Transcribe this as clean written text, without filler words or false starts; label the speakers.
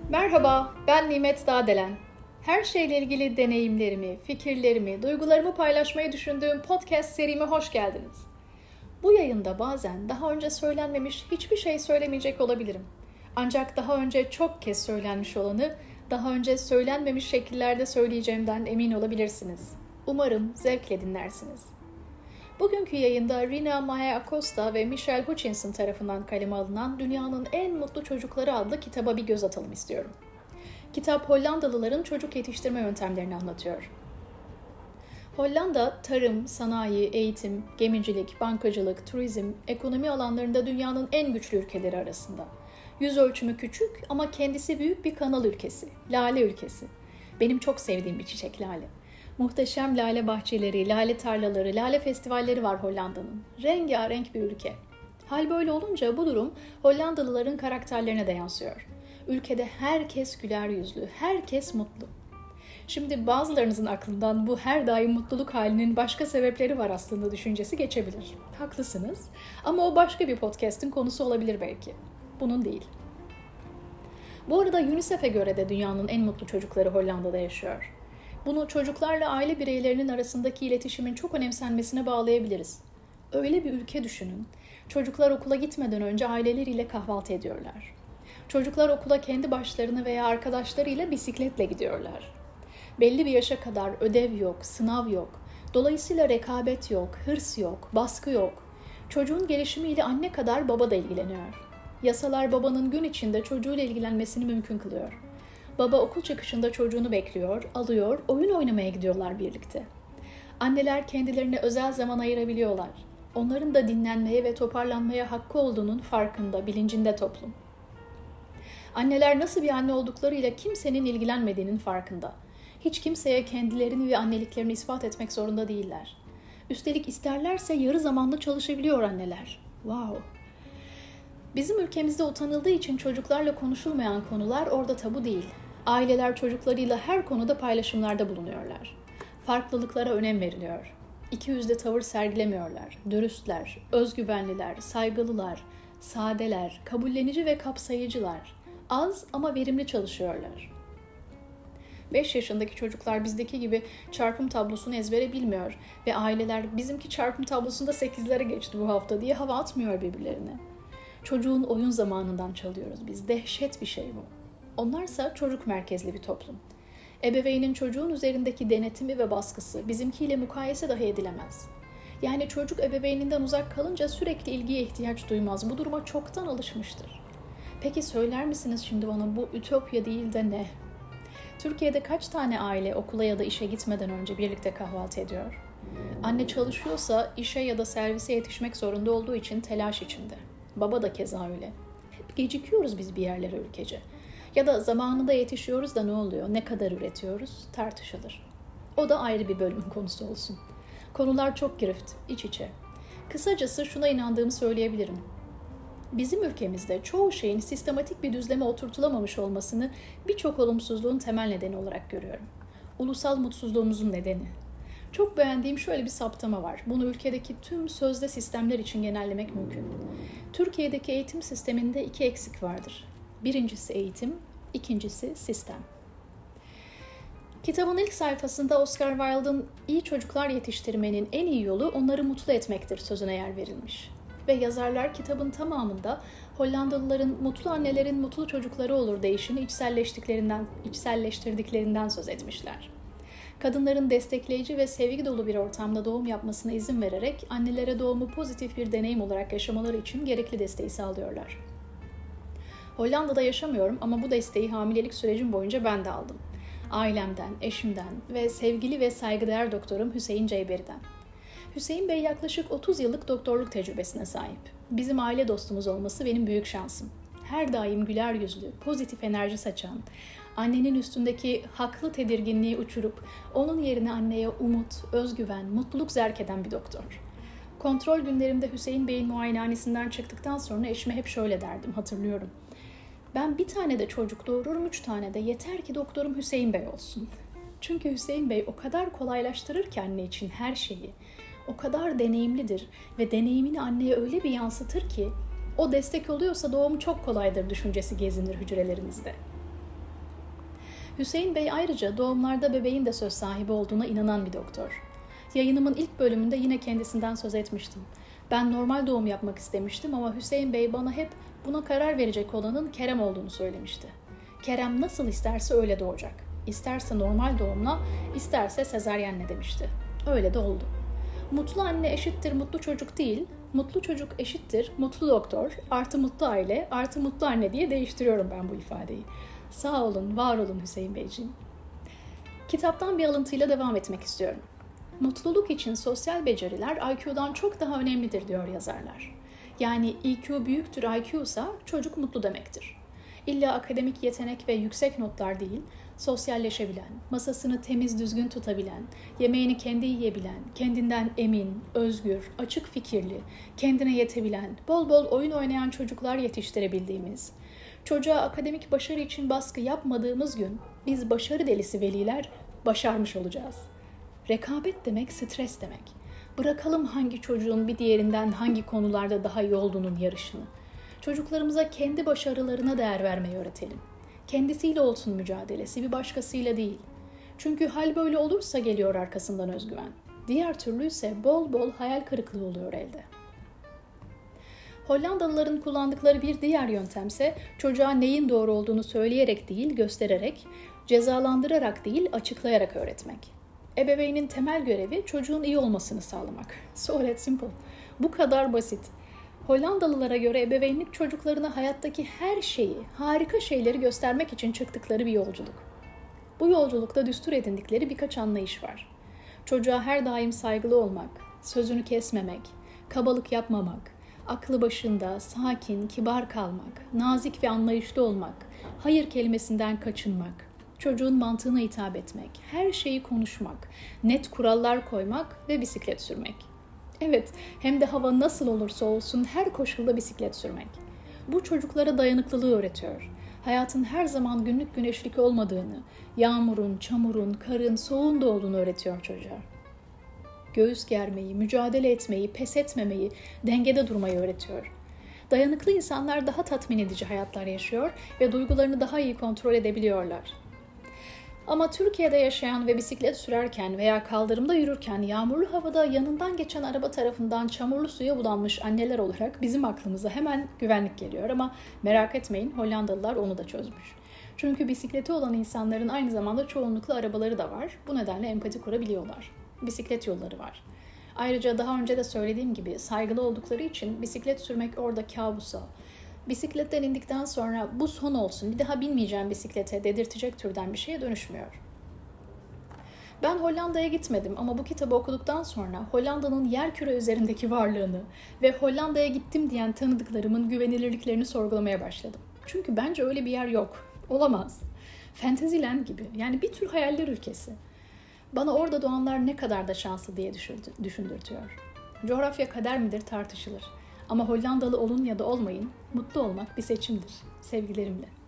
Speaker 1: Merhaba, ben Nimet Dağdelen. Her şeyle ilgili deneyimlerimi, fikirlerimi, duygularımı paylaşmayı düşündüğüm podcast serime hoş geldiniz. Bu yayında bazen daha önce söylenmemiş hiçbir şey söylemeyecek olabilirim. Ancak daha önce çok kez söylenmiş olanı, daha önce söylenmemiş şekillerde söyleyeceğimden emin olabilirsiniz. Umarım zevkle dinlersiniz. Bugünkü yayında Rina Mae Acosta ve Michelle Hutchinson tarafından kaleme alınan Dünyanın En Mutlu Çocukları adlı kitaba bir göz atalım istiyorum. Kitap Hollandalıların çocuk yetiştirme yöntemlerini anlatıyor. Hollanda, tarım, sanayi, eğitim, gemicilik, bankacılık, turizm, ekonomi alanlarında dünyanın en güçlü ülkeleri arasında. Yüz ölçümü küçük ama kendisi büyük bir kanal ülkesi, lale ülkesi. Benim çok sevdiğim bir çiçek lale. Muhteşem lale bahçeleri, lale tarlaları, lale festivalleri var Hollanda'nın. Rengarenk bir ülke. Hal böyle olunca bu durum Hollandalıların karakterlerine de yansıyor. Ülkede herkes güler yüzlü, herkes mutlu. Şimdi bazılarınızın aklından bu her daim mutluluk halinin başka sebepleri var aslında düşüncesi geçebilir. Haklısınız ama o başka bir podcast'in konusu olabilir belki. Bunun değil. Bu arada UNICEF'e göre de dünyanın en mutlu çocukları Hollanda'da yaşıyor. Bunu çocuklarla aile bireylerinin arasındaki iletişimin çok önemsenmesine bağlayabiliriz. Öyle bir ülke düşünün. Çocuklar okula gitmeden önce aileleriyle kahvaltı ediyorlar. Çocuklar okula kendi başlarına veya arkadaşlarıyla bisikletle gidiyorlar. Belli bir yaşa kadar ödev yok, sınav yok. Dolayısıyla rekabet yok, hırs yok, baskı yok. Çocuğun gelişimiyle anne kadar baba da ilgileniyor. Yasalar babanın gün içinde çocuğuyla ilgilenmesini mümkün kılıyor. Baba okul çıkışında çocuğunu bekliyor, alıyor, oyun oynamaya gidiyorlar birlikte. Anneler kendilerine özel zaman ayırabiliyorlar. Onların da dinlenmeye ve toparlanmaya hakkı olduğunun farkında, bilincinde toplum. Anneler nasıl bir anne olduklarıyla kimsenin ilgilenmediğinin farkında. Hiç kimseye kendilerini ve anneliklerini ispat etmek zorunda değiller. Üstelik isterlerse yarı zamanlı çalışabiliyor anneler. Wow! Bizim ülkemizde utanıldığı için çocuklarla konuşulmayan konular orada tabu değil. Aileler çocuklarıyla her konuda paylaşımlarda bulunuyorlar. Farklılıklara önem veriliyor. İkiyüzlü tavır sergilemiyorlar. Dürüstler, özgüvenliler, saygılılar, sadeler, kabullenici ve kapsayıcılar. Az ama verimli çalışıyorlar. 5 yaşındaki çocuklar bizdeki gibi çarpım tablosunu ezbere bilmiyor ve aileler bizimki çarpım tablosunda 8'lere geçti bu hafta diye hava atmıyor birbirlerine. Çocuğun oyun zamanından çalıyoruz biz. Dehşet bir şey bu. Onlarsa çocuk merkezli bir toplum. Ebeveynin çocuğun üzerindeki denetimi ve baskısı bizimkiyle mukayese dahi edilemez. Yani çocuk ebeveyninden uzak kalınca sürekli ilgiye ihtiyaç duymaz. Bu duruma çoktan alışmıştır. Peki söyler misiniz şimdi bana bu ütopya değil de ne? Türkiye'de kaç tane aile okula ya da işe gitmeden önce birlikte kahvaltı ediyor? Anne çalışıyorsa işe ya da servise yetişmek zorunda olduğu için telaş içinde. Baba da keza öyle. Hep gecikiyoruz biz bir yerlere ülkece. Ya da zamanında yetişiyoruz da ne oluyor, ne kadar üretiyoruz tartışılır. O da ayrı bir bölümün konusu olsun. Konular çok girift, iç içe. Kısacası şuna inandığımı söyleyebilirim. Bizim ülkemizde çoğu şeyin sistematik bir düzleme oturtulamamış olmasını birçok olumsuzluğun temel nedeni olarak görüyorum. Ulusal mutsuzluğumuzun nedeni. Çok beğendiğim şöyle bir saptama var. Bunu ülkedeki tüm sözde sistemler için genellemek mümkün. Türkiye'deki eğitim sisteminde 2 eksik vardır. Birincisi eğitim, ikincisi sistem. Kitabın ilk sayfasında Oscar Wilde'ın iyi çocuklar yetiştirmenin en iyi yolu onları mutlu etmektir sözüne yer verilmiş. Ve yazarlar kitabın tamamında Hollandalıların mutlu annelerin mutlu çocukları olur deyişini içselleştirdiklerinden söz etmişler. Kadınların destekleyici ve sevgi dolu bir ortamda doğum yapmasına izin vererek annelere doğumu pozitif bir deneyim olarak yaşamaları için gerekli desteği sağlıyorlar. Hollanda'da yaşamıyorum ama bu desteği hamilelik sürecim boyunca ben de aldım. Ailemden, eşimden ve sevgili ve saygıdeğer doktorum Hüseyin Ceyberi'den. Hüseyin Bey yaklaşık 30 yıllık doktorluk tecrübesine sahip. Bizim aile dostumuz olması benim büyük şansım. Her daim güler yüzlü, pozitif enerji saçan, annenin üstündeki haklı tedirginliği uçurup onun yerine anneye umut, özgüven, mutluluk zerk eden bir doktor. Kontrol günlerimde Hüseyin Bey'in muayenehanesinden çıktıktan sonra eşime hep şöyle derdim, hatırlıyorum. Ben bir tane de çocuk doğururum, 3 tane de, yeter ki doktorum Hüseyin Bey olsun. Çünkü Hüseyin Bey o kadar kolaylaştırır ki anne için her şeyi. O kadar deneyimlidir ve deneyimini anneye öyle bir yansıtır ki o destek oluyorsa doğum çok kolaydır düşüncesi gezinir hücrelerimizde. Hüseyin Bey ayrıca doğumlarda bebeğin de söz sahibi olduğuna inanan bir doktor. Yayınımın ilk bölümünde yine kendisinden söz etmiştim. Ben normal doğum yapmak istemiştim ama Hüseyin Bey bana hep buna karar verecek olanın Kerem olduğunu söylemişti. Kerem nasıl isterse öyle doğacak. İsterse normal doğumla, isterse sezaryenle demişti. Öyle de oldu. Mutlu anne eşittir mutlu çocuk değil, mutlu çocuk eşittir mutlu doktor, artı mutlu aile, artı mutlu anne diye değiştiriyorum ben bu ifadeyi. Sağ olun, var olun Hüseyin Beyciğim. Kitaptan bir alıntıyla devam etmek istiyorum. Mutluluk için sosyal beceriler IQ'dan çok daha önemlidir diyor yazarlar. Yani IQ büyüktür IQ ise çocuk mutlu demektir. İlla akademik yetenek ve yüksek notlar değil, sosyalleşebilen, masasını temiz düzgün tutabilen, yemeğini kendi yiyebilen, kendinden emin, özgür, açık fikirli, kendine yetebilen, bol bol oyun oynayan çocuklar yetiştirebildiğimiz, çocuğa akademik başarı için baskı yapmadığımız gün biz başarı delisi veliler başarmış olacağız. Rekabet demek stres demek. Bırakalım hangi çocuğun bir diğerinden hangi konularda daha iyi olduğunun yarışını. Çocuklarımıza kendi başarılarına değer vermeyi öğretelim. Kendisiyle olsun mücadelesi, bir başkasıyla değil. Çünkü hal böyle olursa geliyor arkasından özgüven. Diğer türlü ise bol bol hayal kırıklığı oluyor elde. Hollandalıların kullandıkları bir diğer yöntemse çocuğa neyin doğru olduğunu söyleyerek değil, göstererek, cezalandırarak değil, açıklayarak öğretmek. Ebeveynin temel görevi çocuğun iyi olmasını sağlamak. So that simple. Bu kadar basit. Hollandalılara göre ebeveynlik çocuklarına hayattaki her şeyi, harika şeyleri göstermek için çıktıkları bir yolculuk. Bu yolculukta düstur edindikleri birkaç anlayış var. Çocuğa her daim saygılı olmak, sözünü kesmemek, kabalık yapmamak, aklı başında, sakin, kibar kalmak, nazik ve anlayışlı olmak, hayır kelimesinden kaçınmak, çocuğun mantığına hitap etmek, her şeyi konuşmak, net kurallar koymak ve bisiklet sürmek. Evet, hem de hava nasıl olursa olsun her koşulda bisiklet sürmek. Bu çocuklara dayanıklılığı öğretiyor. Hayatın her zaman günlük güneşlik olmadığını, yağmurun, çamurun, karın, soğuğun da olduğunu öğretiyor çocuğa. Göğüs germeyi, mücadele etmeyi, pes etmemeyi, dengede durmayı öğretiyor. Dayanıklı insanlar daha tatmin edici hayatlar yaşıyor ve duygularını daha iyi kontrol edebiliyorlar. Ama Türkiye'de yaşayan ve bisiklet sürerken veya kaldırımda yürürken yağmurlu havada yanından geçen araba tarafından çamurlu suya bulanmış anneler olarak bizim aklımıza hemen güvenlik geliyor. Ama merak etmeyin, Hollandalılar onu da çözmüş. Çünkü bisikleti olan insanların aynı zamanda çoğunlukla arabaları da var. Bu nedenle empati kurabiliyorlar. Bisiklet yolları var. Ayrıca daha önce de söylediğim gibi saygılı oldukları için bisiklet sürmek orada kabusa, bisikletten indikten sonra bu son olsun, bir daha binmeyeceğim bisiklete dedirtecek türden bir şeye dönüşmüyor. Ben Hollanda'ya gitmedim ama bu kitabı okuduktan sonra Hollanda'nın yerküre üzerindeki varlığını ve Hollanda'ya gittim diyen tanıdıklarımın güvenilirliklerini sorgulamaya başladım. Çünkü bence öyle bir yer yok. Olamaz. Fantasyland gibi. Yani bir tür hayaller ülkesi. Bana orada doğanlar ne kadar da şanslı diye düşündürtüyor. Coğrafya kader midir tartışılır. Ama Hollandalı olun ya da olmayın, mutlu olmak bir seçimdir. Sevgilerimle.